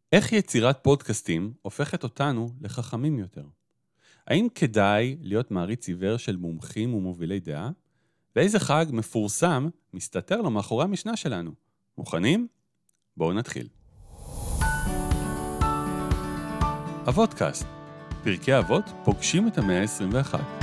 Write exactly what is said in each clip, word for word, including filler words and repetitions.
איך יצירת פודקאסטים הופכת אותנו לחכמים יותר? האם כדאי להיות מעריץ עיוור של מומחים ומובילי דעה? ואיזה חג מפורסם מסתתר לו מאחורי המשנה שלנו? מוכנים? בואו נתחיל. אבותקאסט, פרקי אבות פוגשים את המאה ה-עשרים ואחת.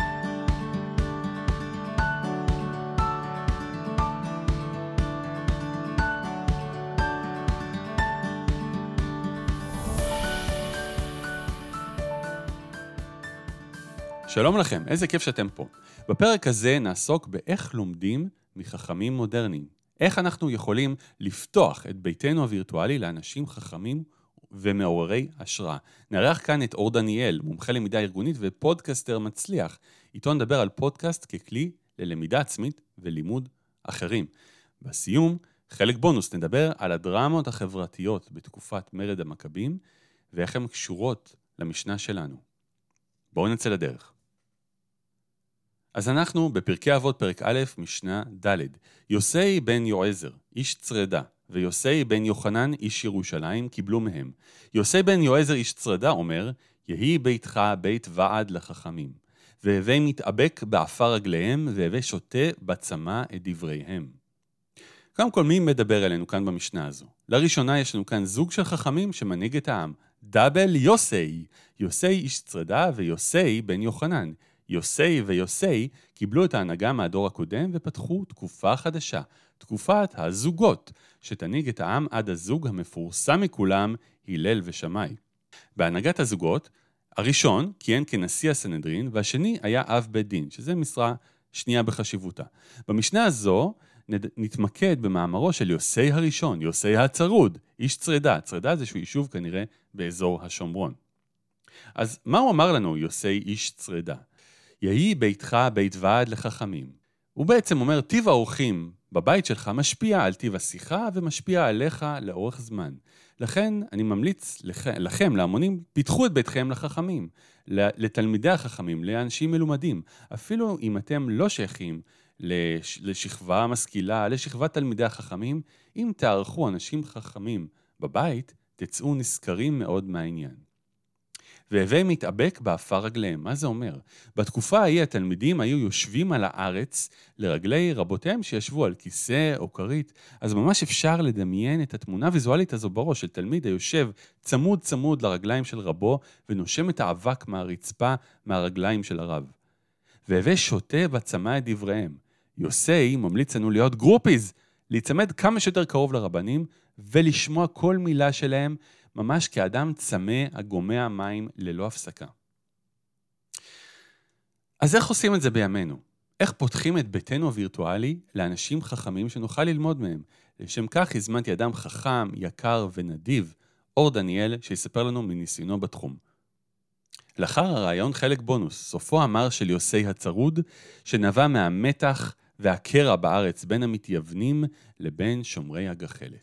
שלום לכם, איזה כיף שאתם פה. בפרק הזה נעסוק באיך לומדים מחכמים מודרניים. איך אנחנו יכולים לפתוח את ביתנו הווירטואלי לאנשים חכמים ומעוררי השראה. נארח כאן את אור דניאל, מומחה למידה ארגונית ופודקאסטר מצליח. איתו נדבר על פודקאסט ככלי ללמידה עצמית ולימוד אחרים. בסיום, חלק בונוס, נדבר על הדרמות החברתיות בתקופת מרד המכבים, ואיך הן קשורות למשנה שלנו. בואו נצא לדרך. אז אנחנו בפרקי אבות פרק א' משנה ד'. יוסי בן יועזר, איש צרדה, ויוסי בן יוחנן, איש ירושלים, קיבלו מהם. יוסי בן יועזר, איש צרדה, אומר, יהי ביתך בית ועד לחכמים, והווי מתאבק באפר רגליהם, והווי שותה בצמא את דבריהם. קודם כל, מי מדבר אלינו כאן במשנה הזו? לראשונה יש לנו כאן זוג של חכמים שמנהיג את העם. דאבל יוסי, יוסי איש צרדה ויוסי בן יוחנן. יוסי ויוסי קיבלו את ההנהגה מהדור הקודם ופתחו תקופה חדשה, תקופת הזוגות, שתנהיג את העם עד הזוג המפורסם מכולם, הלל ושמאי. בהנהגת הזוגות, הראשון כיהן כנשיא הסנהדרין, והשני היה אב בית דין, שזה משרה שנייה בחשיבותה. במשנה הזו נתמקד במאמרו של יוסי הראשון, יוסי הצרוד, איש צרדה. צרדה זה שהוא יישוב כנראה באזור השומרון. אז מה הוא אמר לנו, יוסי איש צרדה? יהי ביתך בית ועד לחכמים. הוא בעצם אומר, טיב האורחים בבית שלך משפיע על טיב השיחה ומשפיע עליך לאורך זמן. לכן אני ממליץ לכם, לכם להמונים, פיתחו את ביתכם לחכמים, לתלמידי החכמים, לאנשים מלומדים. אפילו אם אתם לא שייכים לשכבה משכילה, לשכבת תלמידי החכמים, אם תערכו אנשים חכמים בבית, תצאו נזכרים מאוד מהעניין. והווי מתאבק באפר רגליהם. מה זה אומר? בתקופה ההיא התלמידים היו יושבים על הארץ לרגלי רבותיהם שישבו על כיסא או כרית, אז ממש אפשר לדמיין את התמונה הוויזואלית הזו בראש של תלמיד היושב צמוד צמוד לרגליים של רבו ונושם את האבק מהרצפה מהרגליים של הרב. והווי שותה בצמא את דבריהם. יוסי ממליץ לנו להיות גרופיז, להיצמד כמה שיותר קרוב לרבנים ולשמוע כל מילה שלהם, ממש כאדם צמא הגומע מים ללא הפסקה. אז איך עושים את זה בימינו? איך פותחים את ביתנו הווירטואלי לאנשים חכמים שנוכל ללמוד מהם? לשם כך הזמנתי אדם חכם, יקר ונדיב, אור דניאל, שיספר לנו מניסיונו בתחום. לאחר הרעיון חלק בונוס, סופו אמר של יוסי הצרוד, שנבע מהמתח והקרע בארץ בין המתייוונים לבין שומרי הגחלת.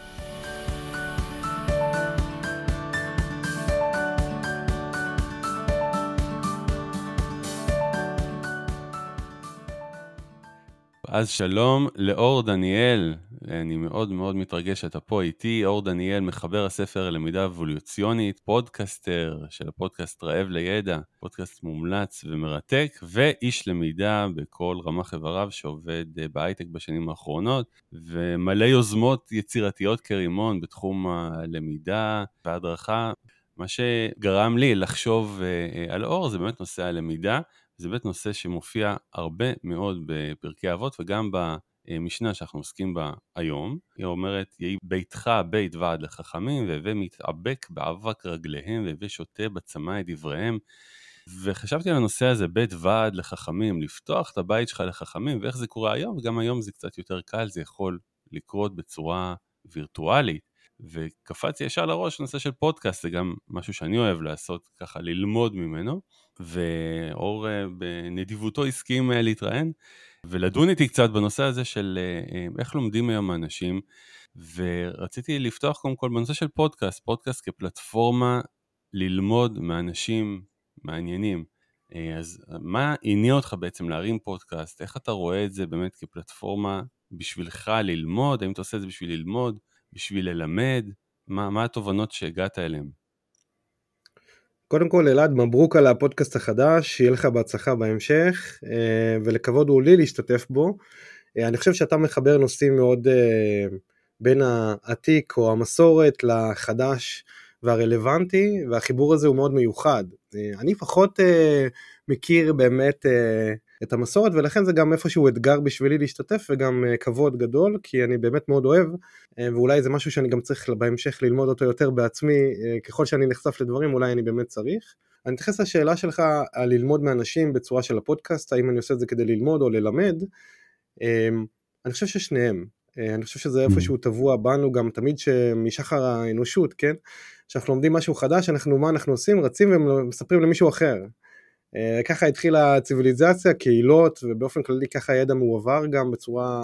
אז שלום לאור דניאל, אני מאוד מאוד מתרגש שאתה פה איתי. אור דניאל, מחבר הספר למידה אבולוציונית, פודקאסטר של הפודקאסט רעב לידע, פודקאסט מומלץ ומרתק, ואיש למידה בכל רמ"ח איבריו שעובד בהייטק בשנים האחרונות, ומלא יוזמות יצירתיות כרימון בתחום הלמידה וההדרכה. מה שגרם לי לחשוב על אור זה באמת נושא הלמידה, זה באמת נושא שמופיע הרבה מאוד בפרקי אבות, וגם במשנה שאנחנו עוסקים בה היום. היא אומרת, יהי ביתך בית ועד לחכמים, והווי מתאבק באבק רגליהם, והווי שותה בצמא את דבריהם. וחשבתי על הנושא הזה, בית ועד לחכמים, לפתוח את הבית שלך לחכמים, ואיך זה קורה היום, וגם היום זה קצת יותר קל, זה יכול לקרות בצורה וירטואלית. וקפצתי ישר לראש נושא של פודקאסט, זה גם משהו שאני אוהב לעשות, ככה ללמוד ממנו, ואור בנדיבותו הסכים להתראיין, ולדון איתי קצת בנושא הזה של איך לומדים היום האנשים, ורציתי לפתוח קודם כל בנושא של פודקאסט, פודקאסט כפלטפורמה ללמוד מאנשים מעניינים. אז מה הניע אותך בעצם להרים פודקאסט? איך אתה רואה את זה באמת כפלטפורמה בשבילך ללמוד? האם אתה עושה את זה בשביל ללמוד, בשביל ללמד? מה, מה התובנות שהגעת אליהן? קודם כל, אלעד, מברוק על הפודקאסט החדש, שיהיה לך בהצלחה בהמשך, ולכבוד הוא לי להשתתף בו. אני חושב שאתה מחבר נושאים מאוד בין העתיק או המסורת לחדש והרלוונטי, והחיבור הזה הוא מאוד מיוחד. אני פחות מכיר באמת את המסורת, ולכן זה גם איפשהו אתגר בשבילי להשתתף, וגם כבוד גדול, כי אני באמת מאוד אוהב, ואולי זה משהו שאני גם צריך בהמשך ללמוד אותו יותר בעצמי, ככל שאני נחשף לדברים, אולי אני באמת צריך. אני אתייחס לשאלה שלך על ללמוד מאנשים בצורה של הפודקאסט, האם אני עושה את זה כדי ללמוד או ללמד. אני חושב ששניהם, אני חושב שזה איפשהו טבוע בנו גם תמיד משחר האנושות, כן? שאנחנו לומדים משהו חדש, אנחנו מה אנחנו עושים, רצים ומספרים למישהו אחר. ככה התחילה הציביליזציה, קהילות, ובאופן כללי ככה הידע מועבר גם בצורה,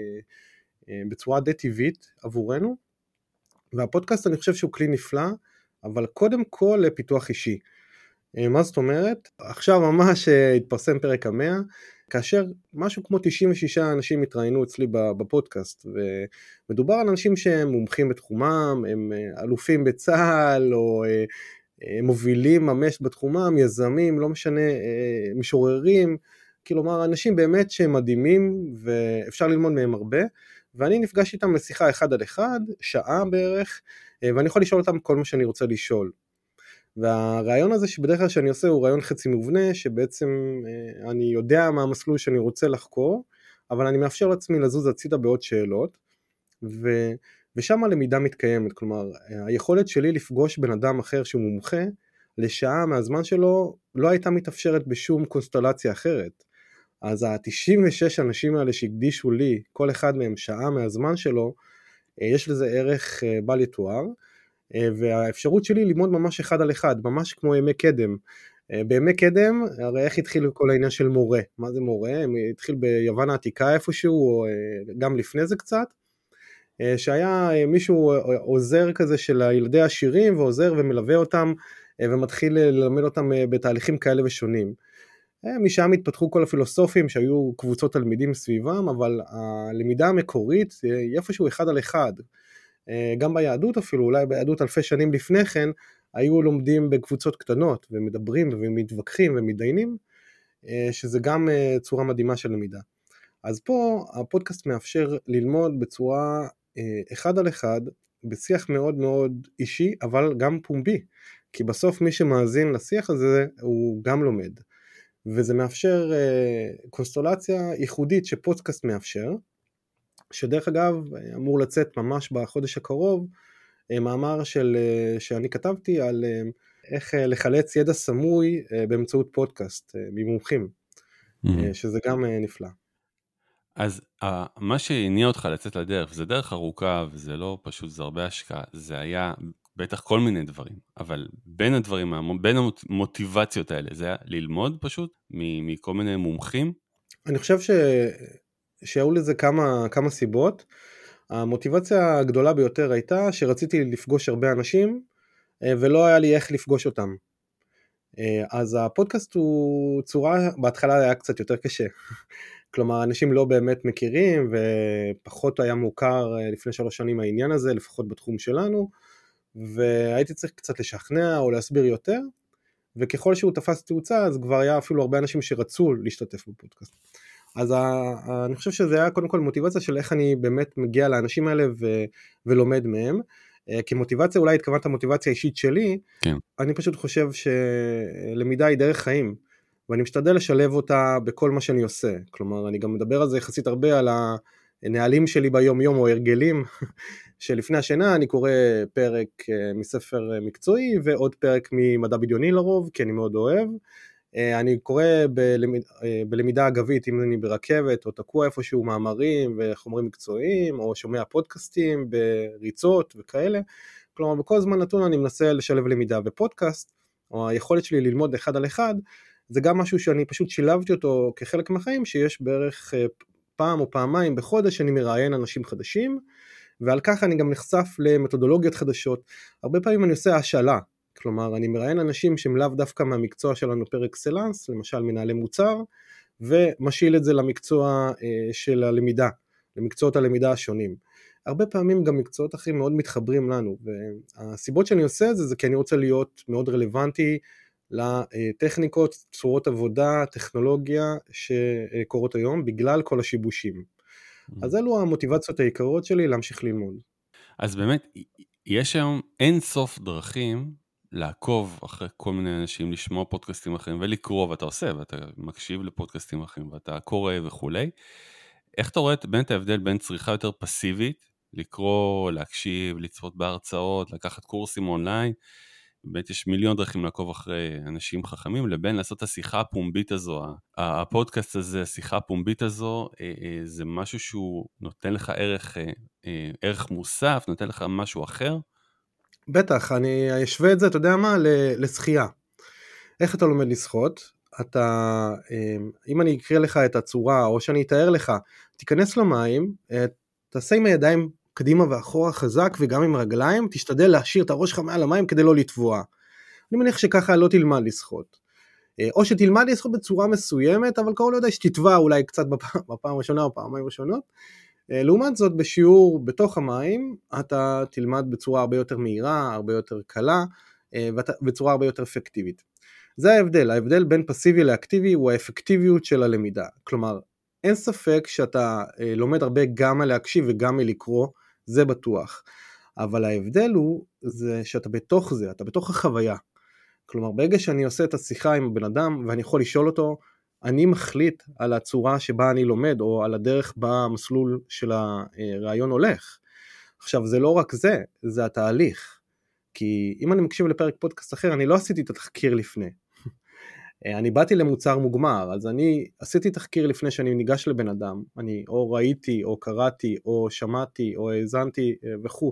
בצורה די טבעית עבורנו, והפודקאסט אני חושב שהוא כלי נפלא, אבל קודם כל לפיתוח אישי. מה זאת אומרת? עכשיו ממש התפרסם פרק המאה, כאשר משהו כמו תשעים ושישה אנשים התראיינו אצלי בפודקאסט, ומדובר על אנשים שהם מומחים בתחומם, הם אלופים בצה"ל, או מובילים ממש בתחומם, יזמים, לא משנה, משוררים, כלומר אנשים באמת שהם מדהימים, ואפשר ללמוד מהם הרבה, ואני נפגש איתם לשיחה אחד על אחד, שעה בערך, ואני יכול לשאול אותם כל מה שאני רוצה לשאול. והרעיון הזה שבדרך כלל שאני עושה הוא רעיון חצי מובנה, שבעצם אני יודע מה המסלול שאני רוצה לחקור, אבל אני מאפשר לעצמי לזוז הצידה בעוד שאלות, ו... ושם הלמידה מתקיימת, כלומר, היכולת שלי לפגוש בן אדם אחר שהוא מומחה, לשעה מהזמן שלו, לא הייתה מתאפשרת בשום קונסטלציה אחרת. אז ה-תשעים ושש אנשים האלה שהקדישו לי, כל אחד מהם שעה מהזמן שלו, יש לזה ערך בל יתואר, והאפשרות שלי ללמוד ממש אחד על אחד, ממש כמו ימי קדם. בימי קדם, הרי איך התחיל כל העניין של מורה? מה זה מורה? התחיל ביוון העתיקה איפשהו, או גם לפני זה קצת, שהיה מישהו עוזר כזה של הילדי השירים, ועוזר ומלווה אותם, ומתחיל ללמד אותם בתהליכים כאלה ושונים. משם התפתחו כל הפילוסופים שהיו קבוצות תלמידים סביבם, אבל הלמידה המקורית היא איפשהו אחד על אחד. גם ביהדות אפילו, אולי ביהדות אלפי שנים לפני כן, היו לומדים בקבוצות קטנות, ומדברים ומתווכחים ומתדיינים, שזה גם צורה מדהימה של למידה. אז פה הפודקאסט מאפשר ללמוד בצורה אחד על אחד, בשיח מאוד מאוד אישי, אבל גם פומבי, כי בסוף מי שמאזין לשיח הזה הוא גם לומד, וזה מאפשר קונסטלציה ייחודית שפודקאסט מאפשר, שדרך אגב אמור לצאת ממש בחודש הקרוב, מאמר של, שאני כתבתי על איך לחלץ ידע סמוי באמצעות פודקאסט ממומחים, mm-hmm. שזה גם נפלא. אז uh, מה שהניע אותך לצאת לדרך, וזה דרך ארוכה, וזה לא פשוט, זה הרבה השקעה, זה היה בטח כל מיני דברים, אבל בין הדברים, בין המוטיבציות האלה, זה היה ללמוד פשוט מכל מיני מומחים? אני חושב ש... שהיו לזה כמה, כמה סיבות. המוטיבציה הגדולה ביותר הייתה שרציתי לפגוש הרבה אנשים, ולא היה לי איך לפגוש אותם. אז הפודקאסט הוא צורה, בהתחלה היה קצת יותר קשה. כלומר, אנשים לא באמת מכירים, ופחות היה מוכר לפני שלוש שנים העניין הזה, לפחות בתחום שלנו, והייתי צריך קצת לשכנע או להסביר יותר, וככל שהוא תפס תאוצה, אז כבר היה אפילו הרבה אנשים שרצו להשתתף בפודקאסט. אז אני חושב שזה היה קודם כל מוטיבציה של איך אני באמת מגיע לאנשים האלה ו- ולומד מהם, כי מוטיבציה, אולי התכוונת מוטיבציה אישית שלי, כן. אני פשוט חושב שלמידה היא דרך חיים, ואני משתדל לשלב אותה בכל מה שאני עושה, כלומר אני גם מדבר על זה יחסית הרבה, על הנהלים שלי ביום יום או הרגלים, שלפני השינה אני קורא פרק מספר מקצועי, ועוד פרק ממדע בדיוני לרוב, כי אני מאוד אוהב, אני קורא בלמיד, בלמידה אגבית, אם אני ברכבת או תקוע איפשהו מאמרים וחומרים מקצועיים, או שומע פודקאסטים בריצות וכאלה, כלומר בכל זמן נתון אני מנסה לשלב למידה, ופודקאסט, או היכולת שלי ללמוד אחד על אחד, זה גם משהו שאני פשוט שילבתי אותו כחלק מהחיים, שיש בערך פעם או פעמיים בחודש שאני מראיין אנשים חדשים, ועל כך אני גם נחשף למתודולוגיות חדשות. הרבה פעמים אני עושה השאלה, כלומר אני מראיין אנשים שהם לאו דווקא מהמקצוע שלנו פר אקסלנס, למשל מנהלי מוצר, ומשאיל את זה למקצוע של הלמידה, למקצועות הלמידה השונים. הרבה פעמים גם מקצועות אחרים מאוד מתחברים לנו, והסיבות שאני עושה את זה, זה כי אני רוצה להיות מאוד רלוונטי לטכניקות, צורות עבודה, טכנולוגיה שקורות היום, בגלל כל השיבושים. אז אלו המוטיבציות העיקריות שלי להמשיך ללמוד. אז באמת, יש היום אין סוף דרכים לעקוב אחרי כל מיני אנשים, לשמוע פודקאסטים אחרים ולקרוא, ואתה עושה, ואתה מקשיב לפודקאסטים אחרים, ואתה קורא וכולי. איך אתה רואה בין את ההבדל בין צריכה יותר פסיבית, לקרוא, להקשיב, לצפות בהרצאות, לקחת קורסים אונליין, באמת יש מיליון דרכים לעקוב אחרי אנשים חכמים, לבין לעשות את השיחה הפומבית הזו, הפודקאסט הזה, השיחה הפומבית הזו, זה משהו שהוא נותן לך ערך, ערך מוסף, נותן לך משהו אחר? בטח, אני אשווה את זה, אתה יודע מה, לשחייה. איך אתה לומד לשחות? אתה, אם אני אקריא לך את הצורה, או שאני אתאר לך, תיכנס למים, תעשה עם הידיים קדימה ואחורה חזק, וגם עם רגליים, תשתדל להשאיר את הראש שלך מעל המים, כדי לא לטבוע. אני מניח שככה לא תלמד לשחות. או שתלמד לשחות בצורה מסוימת, אבל כבר לא יודע שתטבע אולי קצת בפעם, בפעם הראשונה או פעמיים ראשונות. לעומת זאת, בשיעור בתוך המים, אתה תלמד בצורה הרבה יותר מהירה, הרבה יותר קלה, ובצורה הרבה יותר אפקטיבית. זה ההבדל, ההבדל בין פסיבי לאקטיבי הוא האפקטיביות של הלמידה. כלומר, אין ספק שאתה לומד הרבה גם מלהקשיב וגם מלקרוא, זה בטוח. אבל ההבדל הוא זה שאתה בתוך זה, אתה בתוך החוויה. כלומר, ברגע שאני עושה את השיחה עם בן אדם ואני יכול לשאול אותו, אני מחליט על הצורה שבה אני לומד, או על הדרך בה המסלול של הרעיון הולך. עכשיו, זה לא רק זה, זה התהליך. כי אם אני מקשיב לפרק פודקאסט אחר, אני לא עשיתי את התחקיר לפני. אני באתי למוצר מוגמר, אז אני עשיתי תחקיר לפני שאני ניגש לבן אדם, אני או ראיתי, או קראתי, או שמעתי, או האזנתי וכו'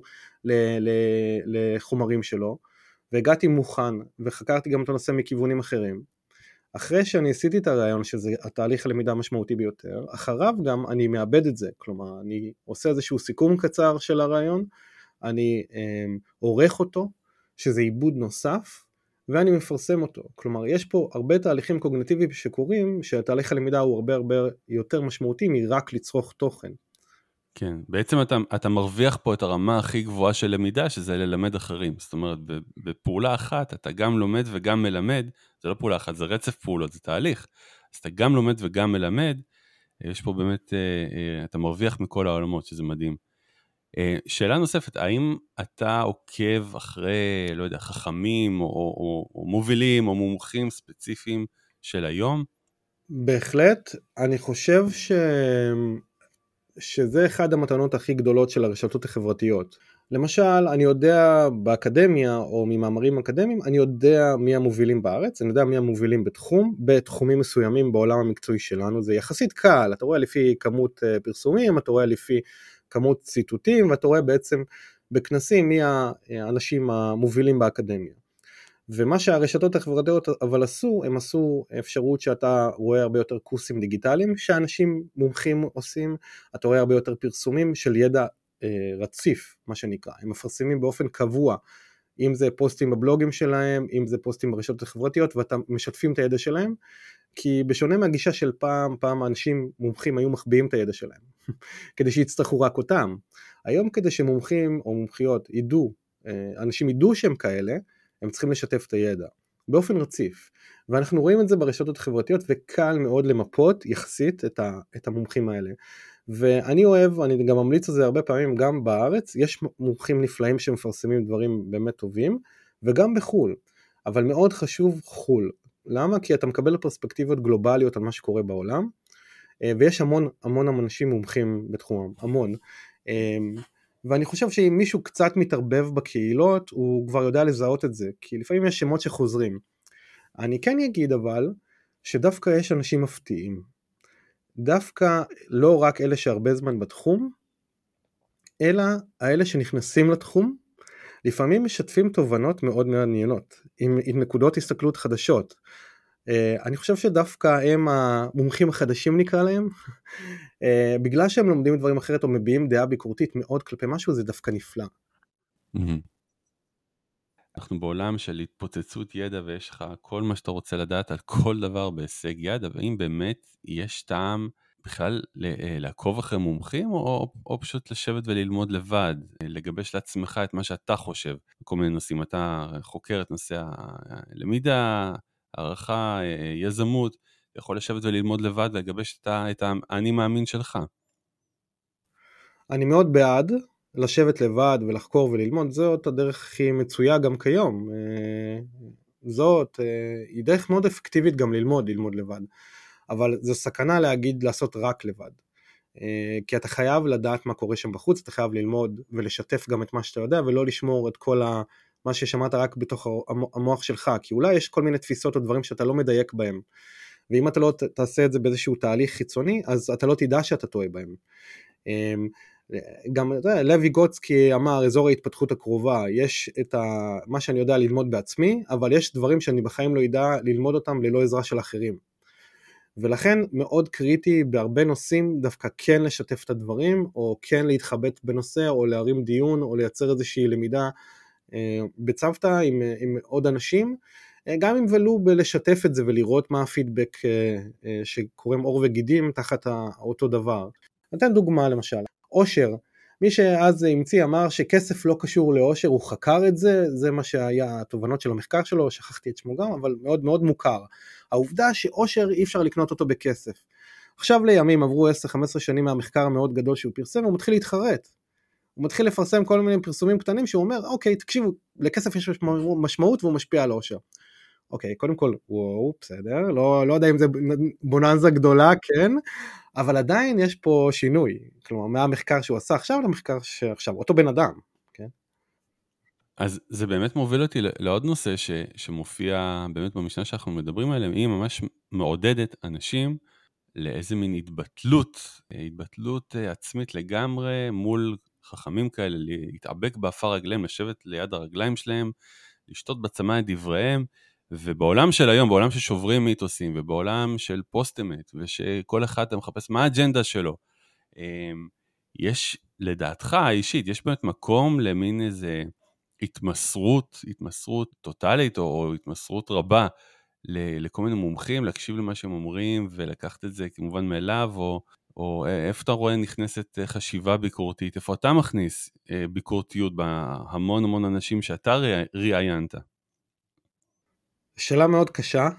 לחומרים שלו, והגעתי מוכן, וחקרתי גם את הנושא מכיוונים אחרים. אחרי שאני עשיתי את הרעיון, שזה התהליך הלמידה המשמעותי ביותר, אחריו גם אני מאבד את זה, כלומר, אני עושה איזשהו סיכום קצר של הרעיון, אני אה, עורך אותו, שזה עיבוד נוסף, ואני מפרסם אותו. כלומר, יש פה הרבה תהליכים קוגניטיביים שקורים, שהתהליך הלמידה הוא הרבה הרבה יותר משמעותי, מרק לצרוך תוכן. כן, בעצם אתה, אתה מרוויח פה את הרמה הכי גבוהה של למידה, שזה ללמד אחרים. זאת אומרת, בפעולה אחת, אתה גם לומד וגם מלמד, זה לא פעולה אחת, זה רצף פעולות, זה תהליך. אז אתה גם לומד וגם מלמד, יש פה באמת, אתה מרוויח מכל העולמות, שזה מדהים. שאלה נוספת, האם אתה עוקב אחרי, לא יודע, חכמים, או, או, או מובילים, או מומחים ספציפיים של היום? בהחלט, אני חושב ש... שזה אחד המתנות הכי גדולות של הרשתות החברתיות. למשל, אני יודע באקדמיה, או ממאמרים אקדמיים, אני יודע מי המובילים בארץ, אני יודע מי המובילים בתחום, בתחומים מסוימים בעולם המקצועי שלנו, זה יחסית קל, אתה רואה לפי כמות פרסומים, אתה רואה לפי כמות ציטוטים, ואתה רואה בעצם בכנסים מי האנשים המובילים באקדמיה. ומה שהרשתות החברתיות אבל עשו, הם עשו אפשרות שאתה רואה הרבה יותר קורסים דיגיטליים, שאנשים מומחים עושים, אתה רואה הרבה יותר פרסומים של ידע אה, רציף, מה שנקרא, הם מפרסמים באופן קבוע, אם זה פוסטים בבלוגים שלהם, אם זה פוסטים ברשתות החברתיות, ואתה משתפים את הידע שלהם, כי בשונה מהגישה של פעם, פעם האנשים מומחים היו מחביאים את הידע שלהם, כדי שיצטרכו רק אותם. היום כדי שמומחים או מומחיות ידעו, אה, אנשים ידעו שהם כאלה, הם צריכים לשתף את הידע, באופן רציף, ואנחנו רואים את זה ברשתות החברתיות, וקל מאוד למפות יחסית את, ה, את המומחים האלה, ואני אוהב, אני גם ממליץ על זה הרבה פעמים, גם בארץ, יש מומחים נפלאים שמפרסמים דברים באמת טובים, וגם בחול, אבל מאוד חשוב חול, למה? כי אתה מקבל פרספקטיבות גלובליות על מה שקורה בעולם, ויש המון המון אנשים מומחים בתחומם, המון, ואני חושב שאם מישהו קצת מתערבב בקהילות, הוא כבר יודע לזהות את זה, כי לפעמים יש שמות שחוזרים. אני כן אגיד אבל, שדווקא יש אנשים מפתיעים. דווקא לא רק אלה שהרבה זמן בתחום, אלא האלה שנכנסים לתחום, לפעמים משתפים תובנות מאוד מעניינות, עם, עם נקודות הסתכלות חדשות. אני חושב שדווקא הם המומחים החדשים נקרא להם, בגלל שהם לומדים דברים אחרת או מביעים דעה ביקורתית מאוד כלפי משהו, זה דווקא נפלא. אנחנו בעולם של התפוצצות ידע, ויש לך כל מה שאתה רוצה לדעת על כל דבר בהישג יד, אבל אם באמת יש טעם בכלל לעקוב אחרי מומחים, או, או פשוט לשבת וללמוד לבד, לגבש לעצמך את מה שאתה חושב, כל מיני נושאים, אתה חוקר את נושא הלמידה, הערכה, יזמות, יכול לשבת וללמוד לבד ולגבש את, את האני מאמין שלך. אני מאוד בעד לשבת לבד ולחקור וללמוד, זאת הדרך הכי מצויה גם כיום, זאת היא דרך מאוד אפקטיבית גם ללמוד, ללמוד לבד, אבל זו סכנה להגיד לעשות רק לבד, כי אתה חייב לדעת מה קורה שם בחוץ, אתה חייב ללמוד ולשתף גם את מה שאתה יודע, ולא לשמור את כל ה... מה ששמעת רק בתוך המוח שלך, כי אולי יש כל מיני תפיסות או דברים שאתה לא מדייק בהם, ואם אתה לא תעשה את זה באיזשהו תהליך חיצוני, אז אתה לא תדע שאתה טועה בהם. גם לוי גוצקי אמר, אזור ההתפתחות הקרובה, יש את ה, מה שאני יודע ללמוד בעצמי, אבל יש דברים שאני בחיים לא יודע ללמוד אותם ללא עזרה של אחרים. ולכן מאוד קריטי בהרבה נושאים דווקא כן לשתף את הדברים, או כן להתחבט בנושא, או להרים דיון, או לייצר איזושהי למידה בצוותא עם, עם עוד אנשים, גם אם ולו בלשתף את זה ולראות מה הפידבק שקוראים אור וגידים תחת אותו דבר. נתן דוגמה למשל, אושר, מי שאז המציא אמר שכסף לא קשור לאושר, הוא חקר את זה, זה מה שהיה התובנות של המחקר שלו, שכחתי את שמו גם, אבל מאוד מאוד מוכר. העובדה שאושר אי אפשר לקנות אותו בכסף. עכשיו לימים עברו עשר חמש עשרה שנים מהמחקר המאוד גדול שהוא פרסם, הוא מתחיל להתחרט. הוא מתחיל לפרסם כל מיני פרסומים קטנים שהוא אומר, אוקיי, תקשיבו, לכסף יש משמעות והוא משפיע על האושר. אוקיי, קודם כל, וואו, בסדר, לא, לא יודע אם זה בוננזה גדולה, כן, אבל עדיין יש פה שינוי, כלומר, מהמחקר שהוא עשה עכשיו למחקר שעכשיו, אותו בן אדם, כן? אז זה באמת מוביל אותי לעוד נושא ש, שמופיע באמת במשנה שאנחנו מדברים עליהם, היא ממש מעודדת אנשים לאיזה מין התבטלות, התבטלות עצמית לגמרי מול חכמים כאלה, להתאבק באפר רגליהם, לשבת ליד הרגליים שלהם, לשתות בצמא את דבריהם, ובעולם של היום, בעולם ששוברים מיתוסים, ובעולם של פוסט-אמת, ושכל אחד אתה מחפש מה האג'נדה שלו, יש לדעתך האישית, יש באמת מקום למין איזה התמסרות, התמסרות טוטלית, או, או התמסרות רבה, לכל מיני מומחים, להקשיב למה שהם אומרים, ולקחת את זה כמובן מאליו, או, או איפה אתה רואה נכנסת חשיבה ביקורתית, איפה אתה מכניס ביקורתיות בהמון המון אנשים שאתה ראיינת? שאלה מאוד קשה.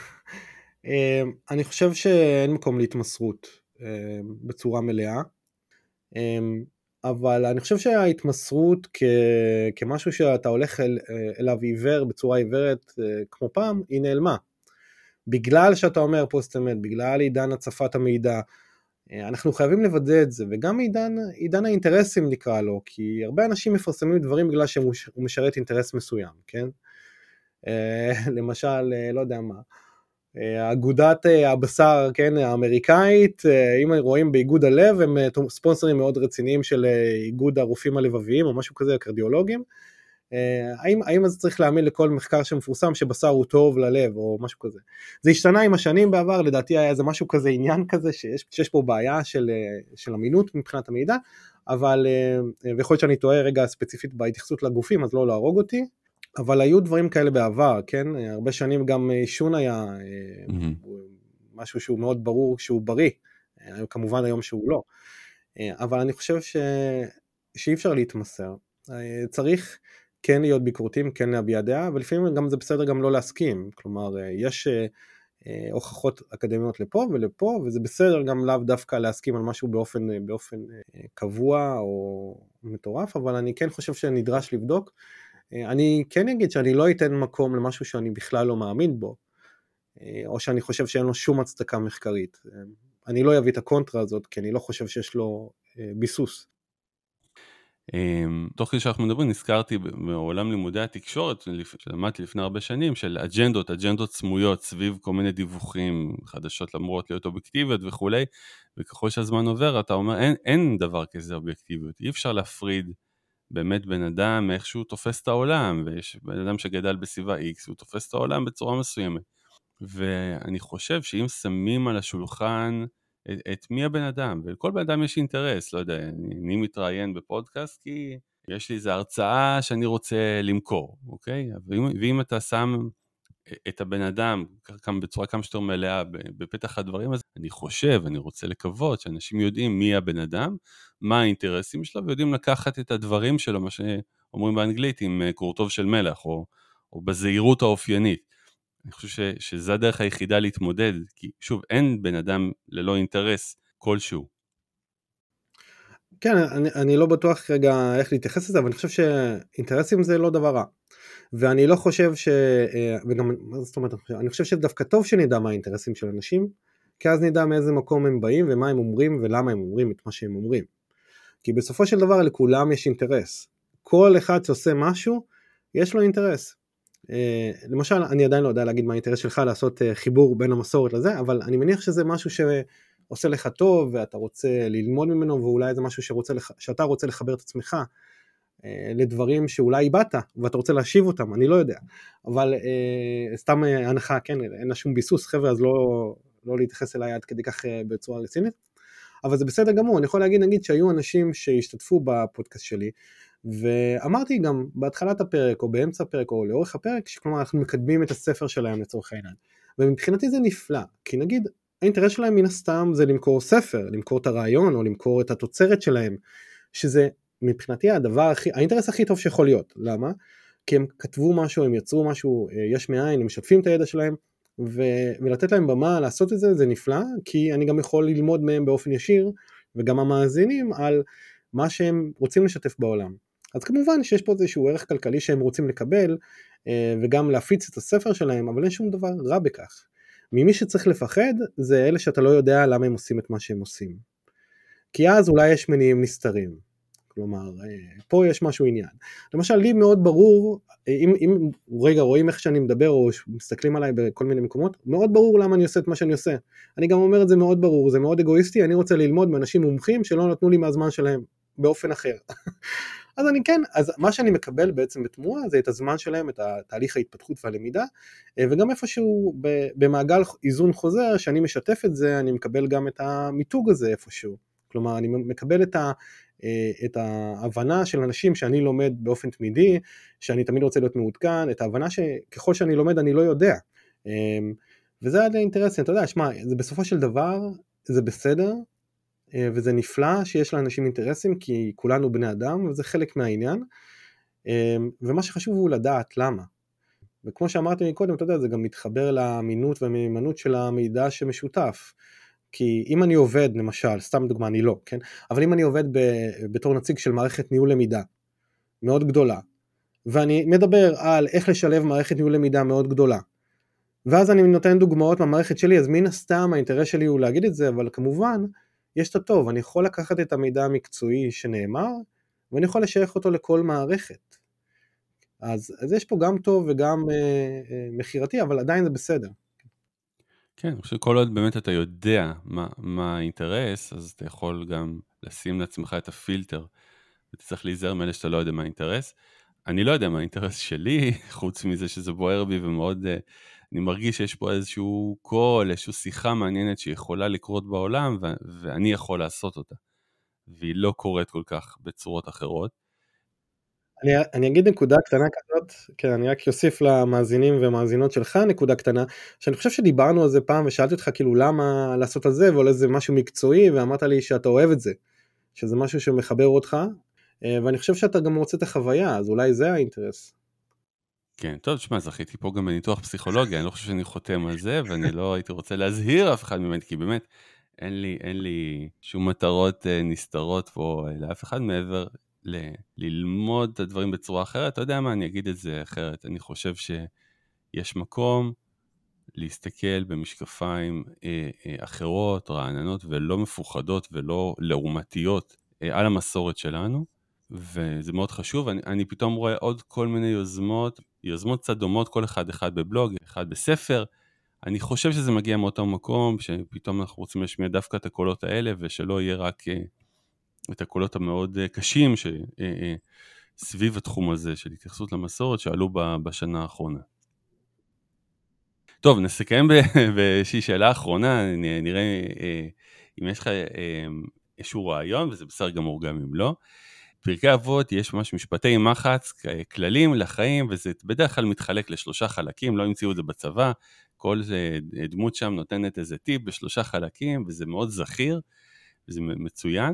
אני חושב שאין מקום להתמסרות בצורה מלאה, אבל אני חושב שההתמסרות כמשהו שאתה הולך אליו עיוור בצורה עיוורת כמו פעם, היא נעלמה. בגלל שאתה אומר פוסט-אמת, בגלל עידן הצפת המידע, אנחנו חייבים לוודא את זה, וגם עידן, עידן האינטרסים נקרא לו, כי הרבה אנשים מפרסמים דברים בגלל שהוא משרת אינטרס מסוים, כן? למשל, לא יודע מה, אגודת הבשר, כן, האמריקאית, אם רואים באיגוד הלב, הם ספונסרים מאוד רציניים של איגוד הרופאים הלבביים, או משהו כזה, הקרדיולוגים, האם, האם אז צריך להאמין לכל מחקר שמפורסם שבשר הוא טוב ללב או משהו כזה. זה השתנה עם השנים בעבר, לדעתי היה איזה משהו כזה, עניין כזה שיש, שיש פה בעיה של, של אמינות מבחינת המידע, אבל ויכול להיות שאני טועה רגע ספציפית בהתייחסות לגופים, אז לא להרוג אותי, אבל היו דברים כאלה בעבר, כן? הרבה שנים גם עישון היה mm-hmm. משהו שהוא מאוד ברור שהוא בריא, כמובן היום שהוא לא, אבל אני חושב ש... שאי אפשר להתמסר, צריך כן להיות ביקורתיים, כן להביע דעה, ולפעמים גם זה בסדר גם לא להסכים, כלומר יש הוכחות אקדמיות לפה ולפה, וזה בסדר גם לאו דווקא להסכים על משהו באופן, באופן קבוע או מטורף, אבל אני כן חושב שנדרש לבדוק. אני כן אגיד שאני לא אתן מקום למשהו שאני בכלל לא מאמין בו, או שאני חושב שאין לו שום הצדקה מחקרית. אני לא אביא את הקונטרה הזאת, כי אני לא חושב שיש לו ביסוס. תוך כדי שאנחנו מדברים, נזכרתי בעולם לימודי התקשורת, שלמדתי לפני הרבה שנים, של אג'נדות, אג'נדות סמויות, סביב כל מיני דיווחים, חדשות למרות להיות אובייקטיביות וכו'. וככל שהזמן עובר, אתה אומר, אין, אין דבר כזה אובייקטיביות, אי אפשר להפריד באמת בן אדם, איך שהוא תופס את העולם, ויש בן אדם שגדל בסביבה X, הוא תופס את העולם בצורה מסוימת. ואני חושב שאם שמים על השולחן את, את מי הבן אדם, ולכל בן אדם יש אינטרס, לא יודע, אני, אני מתראיין בפודקאסט, כי יש לי איזו הרצאה שאני רוצה למכור, אוקיי? ואם, ואם אתה שם את הבן אדם כמה, בצורה כמה שיותר מלאה בפתח הדברים, אז אני חושב, אני רוצה לקוות שאנשים יודעים מי הבן אדם, מה האינטרסים שלו, ויודעים לקחת את הדברים שלו, מה שאומרים באנגלית, עם קורטוב של מלח, או, או בזהירות האופיינית. אני חושב ש, שזה הדרך היחידה להתמודד, כי שוב, אין בן אדם ללא אינטרס כלשהו. כן, אני, אני לא בטוח רגע איך להתייחס לזה, אבל אני חושב שאינטרסים זה לא דבר רע. ואני לא חושב ש... וגם, מה זאת אומרת, אני חושב שדווקא טוב שנדע מה האינטרסים של אנשים, כי אז נדע מאיזה מקום הם באים, ומה הם אומרים, ולמה הם אומרים את מה שהם אומרים. כי בסופו של דבר לכולם יש אינטרס. כל אחד שעושה משהו, יש לו אינטרס. למשל, אני עדיין לא יודע להגיד מה האינטרס שלך לעשות חיבור בין המסורת לזה, אבל אני מניח שזה משהו שעושה לך טוב, ואתה רוצה ללמוד ממנו, ואולי זה משהו שרוצה לך, שאתה רוצה לחבר את עצמך, לדברים שאולי איבדת, ואתה רוצה להשיב אותם, אני לא יודע. אבל סתם הנחה, כן, אין לה שום ביסוס, חבר'ה, אז לא, לא להתייחס אליי עד כדי כך בצורה רצינית. אבל זה בסדר גמור, אני יכול להגיד, נגיד שהיו אנשים שהשתתפו בפודקאסט שלי, ואמרתי גם בהתחלת הפרק, או באמצע הפרק, או לאורך הפרק, שכלומר אנחנו מקדמים את הספר שלהם לצורך העניין, ומבחינתי זה נפלא, כי נגיד, האינטרס שלהם מן הסתם זה למכור ספר, למכור את הרעיון, או למכור את התוצרת שלהם, שזה מבחינתי הדבר הכי, האינטרס הכי טוב שיכול להיות, למה? כי הם כתבו משהו, הם יצרו משהו, יש מאין, הם משתפים את הידע שלהם, ו- ולתת להם במה לעשות את זה, זה נפלא, כי אני גם יכול ללמוד מהם באופן ישיר, וגם המאזינים על מה שהם רוצים לשתף בעולם. אז כמובן שיש פה איזשהו ערך כלכלי שהם רוצים לקבל, וגם להפיץ את הספר שלהם, אבל אין שום דבר רע בכך. ממי שצריך לפחד, זה אלה שאתה לא יודע למה הם עושים את מה שהם עושים. כי אז אולי יש מניעים נסתרים. כלומר, פה יש משהו עניין. למשל, לי מאוד ברור, אם, אם רגע רואים איך שאני מדבר, או מסתכלים עליי בכל מיני מקומות, מאוד ברור למה אני עושה את מה שאני עושה. אני גם אומר את זה מאוד ברור, זה מאוד אגואיסטי, אני רוצה ללמוד מאנשים מומחים שלא נתנו לי מהזמן שלהם, באופן אחר. אז אני כן, אז מה שאני מקבל בעצם בתמורה, זה את הזמן שלהם, את התהליך ההתפתחות והלמידה, וגם איפשהו במעגל איזון חוזר, שאני משתף את זה, אני מקבל גם את המיתוג הזה איפשהו. כלומר, אני מקבל את ה... את ההבנה של אנשים שאני לומד באופן תמידי, שאני תמיד רוצה להיות מעודכן, את ההבנה שככל שאני לומד אני לא יודע, וזה עד האינטרסים, אתה יודע, שמה, זה בסופו של דבר, זה בסדר, וזה נפלא שיש לאנשים אינטרסים, כי כולנו בני אדם, וזה חלק מהעניין, ומה שחשוב הוא לדעת למה, וכמו שאמרתי קודם, אתה יודע, זה גם מתחבר לאמינות והמהימנות של המידע שמשותף, כי אם אני עובד, למשל, סתם דוגמה, אני לא, כן? אבל אם אני עובד ב- בתור נציג של מערכת ניהול למידה מאוד גדולה, ואני מדבר על איך לשלב מערכת ניהול למידה מאוד גדולה, ואז אני נותן דוגמאות מהמערכת שלי, אז מן הסתם האינטרס שלי הוא להגיד את זה, אבל כמובן, יש את הטוב, אני יכול לקחת את המידע המקצועי שנאמר, ואני יכול לשייך אותו לכל מערכת. אז, אז יש פה גם טוב וגם אה, אה, מחירתי, אבל עדיין זה בסדר. כן, אני חושב שכל עוד באמת אתה יודע מה, מה האינטרס, אז אתה יכול גם לשים לעצמך את הפילטר, ואתה צריך להיזהר מאלה שאתה לא יודע מה האינטרס. אני לא יודע מה האינטרס שלי, חוץ מזה שזה בוער בי ומאוד, אני מרגיש שיש פה איזשהו קול, איזושהי שיחה מעניינת שיכולה לקרות בעולם, ו- ואני יכול לעשות אותה. והיא לא קורית כל כך בצורות אחרות. אני, אני אגיד נקודה קטנה כזאת, כן, אני רק אוסיף למאזינים ומאזינות שלך נקודה קטנה, שאני חושב שדיברנו על זה פעם ושאלתי אותך כאילו למה לעשות על זה, ואולי זה משהו מקצועי, ואמרת לי שאתה אוהב את זה, שזה משהו שמחבר אותך, ואני חושב שאתה גם רוצה את החוויה, אז אולי זה האינטרס. כן, טוב, תשמע, זכיתי פה גם בניתוח פסיכולוגיה, אני לא חושב שאני חותם על זה, ואני לא הייתי רוצה להזהיר אף אחד ממני, כי באמת, אין לי, אין לי שום מטרות נסתרות פה לאף אחד מעבר ל- ללמוד את הדברים בצורה אחרת. אתה יודע מה, אני אגיד את זה אחרת. אני חושב שיש מקום להסתכל במשקפיים אה, אה, אחרות, רעננות ולא מפוחדות ולא לעומתיות אה, על המסורת שלנו, וזה מאוד חשוב. אני, אני פתאום רואה עוד כל מיני יוזמות, יוזמות קצת דומות, כל אחד אחד בבלוג, אחד בספר. אני חושב שזה מגיע מאותו מקום, שפתאום אנחנו רוצים להשמיע דווקא את הקולות האלה, ושלא יהיה רק אה, את הקולות המאוד אה, קשים ש, אה, אה, סביב התחום הזה של התייחסות למסורת שעלו ב, בשנה האחרונה. טוב, נסכם באיזושהי שאלה אחרונה, נראה אם יש לך איזשהו רעיון, וזה בסדר גמור גם אם לא. בפרקי אבות יש ממש משפטי מחץ, כללים לחיים, וזה בדרך כלל מתחלק לשלושה חלקים, לא המציאו את זה בצבא, כל זה, דמות שם נותנת איזה טיפ בשלושה חלקים, וזה מאוד זכיר, וזה מצוין.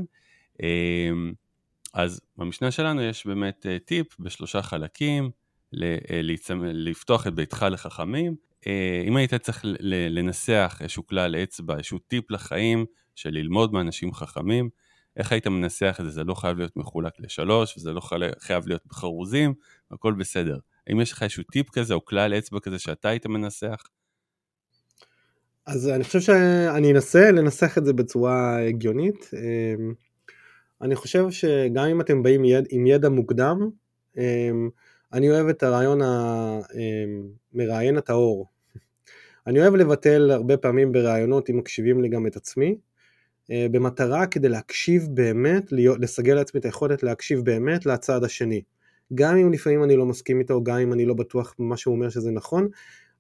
אז במשנה שלנו יש באמת טיפ בשלושה חלקים, לפתוח את ביתך לחכמים. אם היית צריך לנסח איזשהו כלל אצבע, איזשהו טיפ לחיים, של ללמוד מאנשים חכמים, איך היית מנסח את זה? זה לא חייב להיות מחולק לשלוש, וזה לא חייב להיות בחרוזים, הכל בסדר. האם יש לך איזשהו טיפ כזה, או כלל אצבע כזה שאתה היית מנסח? אז אני חושב שאני אנסה לנסח את זה בצורה הגיונית. אני חושב שגם אם אתם באים עם ידע מוקדם, אני אוהב את הרעיון המראיין את האור. אני אוהב לבטל הרבה פעמים ברעיונות, אם מקשיבים לי גם את עצמי, במטרה כדי להקשיב באמת, לסגל לעצמי את היכולת להקשיב באמת לצד השני. גם אם לפעמים אני לא מסכים איתו, גם אם אני לא בטוח במה שהוא אומר שזה נכון,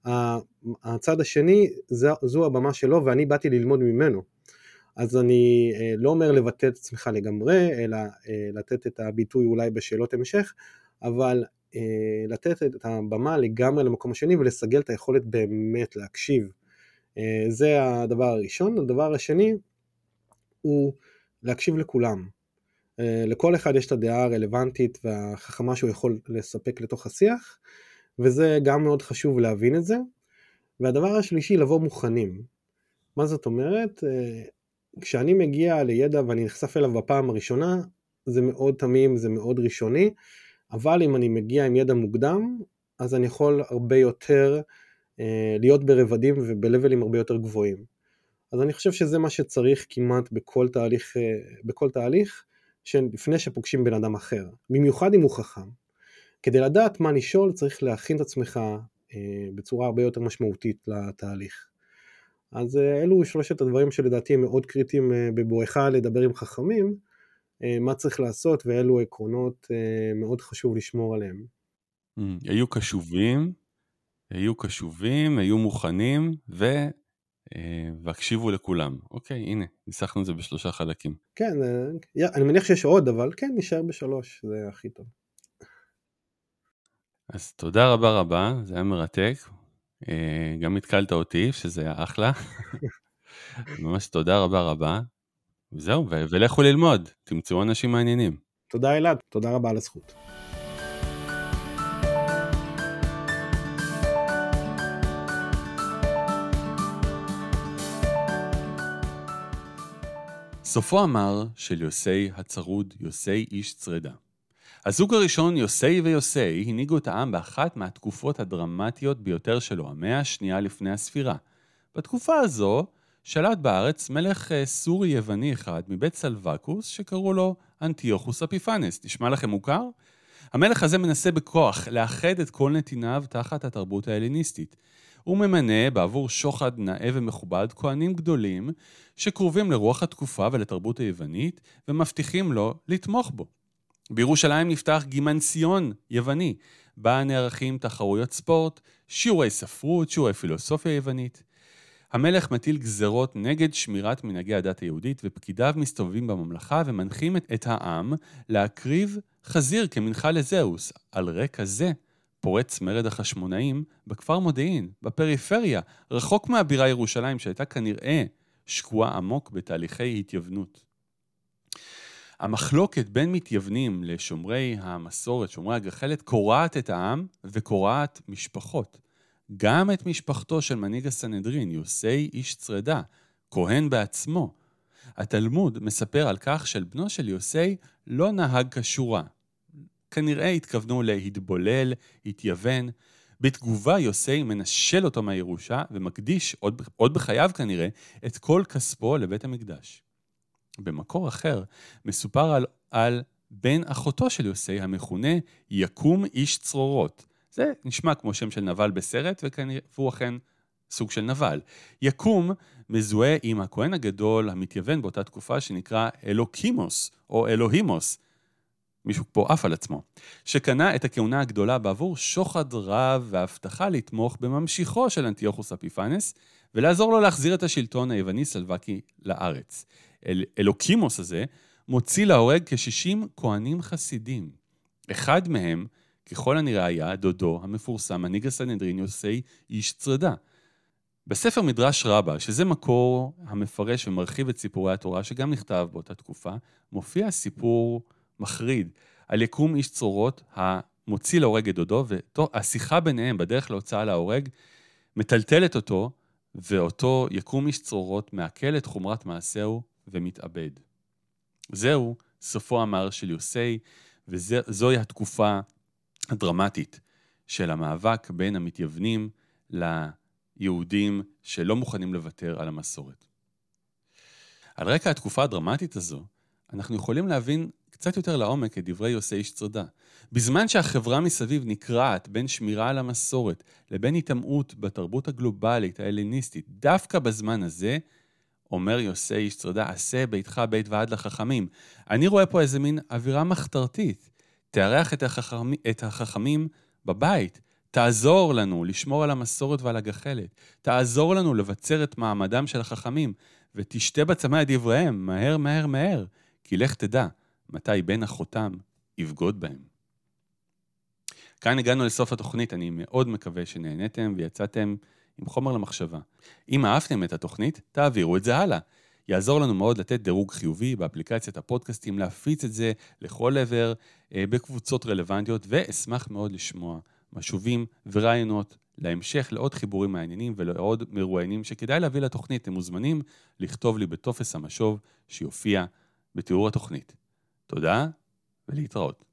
הצד השני, זו הבמה שלו, ואני באתי ללמוד ממנו. אז אני לא אומר לבטא את עצמך לגמרי, אלא לתת את הביטוי אולי בשאלות המשך, אבל לתת את הבמה לגמרי למקום השני, ולסגל את היכולת באמת להקשיב. זה הדבר הראשון. הדבר השני, הוא להקשיב לכולם. לכל אחד יש את הדעה הרלוונטית והחכמה שהוא יכול לספק לתוך השיח, וזה גם מאוד חשוב להבין את זה. והדבר השלישי, לבוא מוכנים. מה זאת אומרת? כשאני מגיע לידע ואני נחשף אליו בפעם הראשונה, זה מאוד תמים, זה מאוד ראשוני, אבל אם אני מגיע עם ידע מוקדם, אז אני יכול הרבה יותר להיות ברבדים ובלבלים הרבה יותר גבוהים. אז אני חושב שזה מה שצריך כמעט בכל תהליך, בכל תהליך, לפני שפוגשים בן אדם אחר, במיוחד אם הוא חכם. כדי לדעת מה לשאול, צריך להכין את עצמך בצורה הרבה יותר משמעותית לתהליך. אז אלו שלושת הדברים שלדעתי הם מאוד קריטיים בבואך לדבר עם חכמים, מה צריך לעשות, ואלו עקרונות מאוד חשוב לשמור עליהם. היו קשובים, היו קשובים, היו מוכנים, ו... והקשיבו לכולם. אוקיי, הנה, ניסחנו את זה בשלושה חלקים. כן, אני מניח שיש עוד, אבל כן, נשאר בשלוש, זה הכי טוב. אז תודה רבה רבה, זה היה מרתק. גם התקלת אותי, שזה היה אחלה. ממש תודה רבה רבה. וזהו, ולכו ללמוד, תמצאו אנשים מעניינים. תודה אלעד, תודה רבה על הזכות. סופו אמר של יוסי הצרוד, יוסי איש צרדה. הזוג הראשון, יוסי ויוסי, הנהיגו את העם באחת מהתקופות הדרמטיות ביותר שלו, המאה השנייה לפני הספירה. בתקופה הזו שלט בארץ מלך סורי יווני אחד מבית סלווקוס שקראו לו אנטיוכוס אפיפנס. נשמע לכם מוכר? המלך הזה מנסה בכוח לאחד את כל נתיניו תחת התרבות ההלניסטית. הוא ממנה בעבור שוחד נאה ומכובד כהנים גדולים שקרובים לרוח התקופה ולתרבות היוונית ומבטיחים לו לתמוך בו. בירושלים נפתח גימנסיון יווני, בה נערכים תחרויות ספורט, שיעורי ספרות, שיעורי פילוסופיה יוונית. המלך מטיל גזרות נגד שמירת מנהגי הדת היהודית, ופקידיו מסתובבים בממלכה ומנחים את העם להקריב חזיר כמנחה לזהוס. על רקע זה פורץ מרד החשמונאים בכפר מודיעין, בפריפריה, רחוק מהבירה ירושלים, שהייתה כנראה שקועה עמוק בתהליכי התייוונות. המחלוקת בין מתייוונים לשומרי המסורת, שומרי הגחלת, קורעת את העם וקורעת משפחות. גם את משפחתו של מנהיג הסנהדרין, יוסי איש צרדה, כהן בעצמו. התלמוד מספר על כך של בנו של יוסי לא נהג כשורה. כנראה התכוונו להתבולל, התייוון. בתגובה יוסי מנשל אותו מהירושה ומקדיש, עוד, עוד בחייו כנראה, את כל כספו לבית המקדש. במקור אחר מסופר על, על בן אחותו של יוסי המכונה יקום איש צרורות. זה נשמע כמו שם של נבל בסרט, והוא אכן סוג של נבל. יקום מזוהה עם הכהן הגדול המתייוון באותה תקופה שנקרא אלוקימוס או אלוהימוס, מישהו פה אף על עצמו, שקנה את הכהונה הגדולה בעבור שוחד רב והבטחה לתמוך בממשיכו של אנטיוכוס אפיפנס, ולעזור לו להחזיר את השלטון היווני סלווקי לארץ. אל, אלוקימוס הזה מוציא להורג כ-שישים כהנים חסידים. אחד מהם, ככל הנראה היה דודו המפורסם, מנהיג הסנהדרין יוסי איש צרדה. בספר מדרש רבה, שזה מקור המפרש ומרחיב את סיפורי התורה, שגם נכתב באותה תקופה, מופיע סיפור מחריד על יקום איש צרורות המוציא להורג את דודו, והשיחה ביניהם בדרך להוצאה להורג מטלטלת אותו, ואותו יקום איש צרורות מעכל את חומרת מעשהו ומתאבד. זהו סופו המר של יוסי, וזוהי התקופה הדרמטית של המאבק בין המתייוונים ליהודים שלא מוכנים לוותר על המסורת. על רקע התקופה הדרמטית הזו, אנחנו יכולים להבין קצת יותר לעומק את דברי יוסי איש צרדה. בזמן שהחברה מסביב נקרעת בין שמירה על המסורת לבין התאמות בתרבות הגלובלית ההלניסטית, דווקא בזמן הזה, אומר יוסי איש צרדה, עשה ביתך בית ועד לחכמים. אני רואה פה איזה מין אווירה מחתרתית. תארח את החכמים, את החכמים בבית. תעזור לנו לשמור על המסורת ועל הגחלת. תעזור לנו לבצר את מעמדם של החכמים, ותשתה בצמא את דבריהם, מהר, מהר, מהר. כי לך תדע, מתי בן החותם יבגוד בהם. כאן הגענו לסוף התוכנית, אני מאוד מקווה שנהניתם ויצאתם עם חומר למחשבה. אם אהבתם את התוכנית, תעבירו את זה הלאה. יעזור לנו מאוד לתת דירוג חיובי באפליקציית הפודקאסטים, להפיץ את זה לכל עבר בקבוצות רלוונטיות, ואשמח מאוד לשמוע משובים ורעיונות להמשך לעוד חיבורים מעניינים ולעוד מרואיינים שכדאי להביא לתוכנית. אתם מוזמנים לכתוב לי בטופס המשוב שיופיע בתיאור התוכנית. תודה ולהתראות.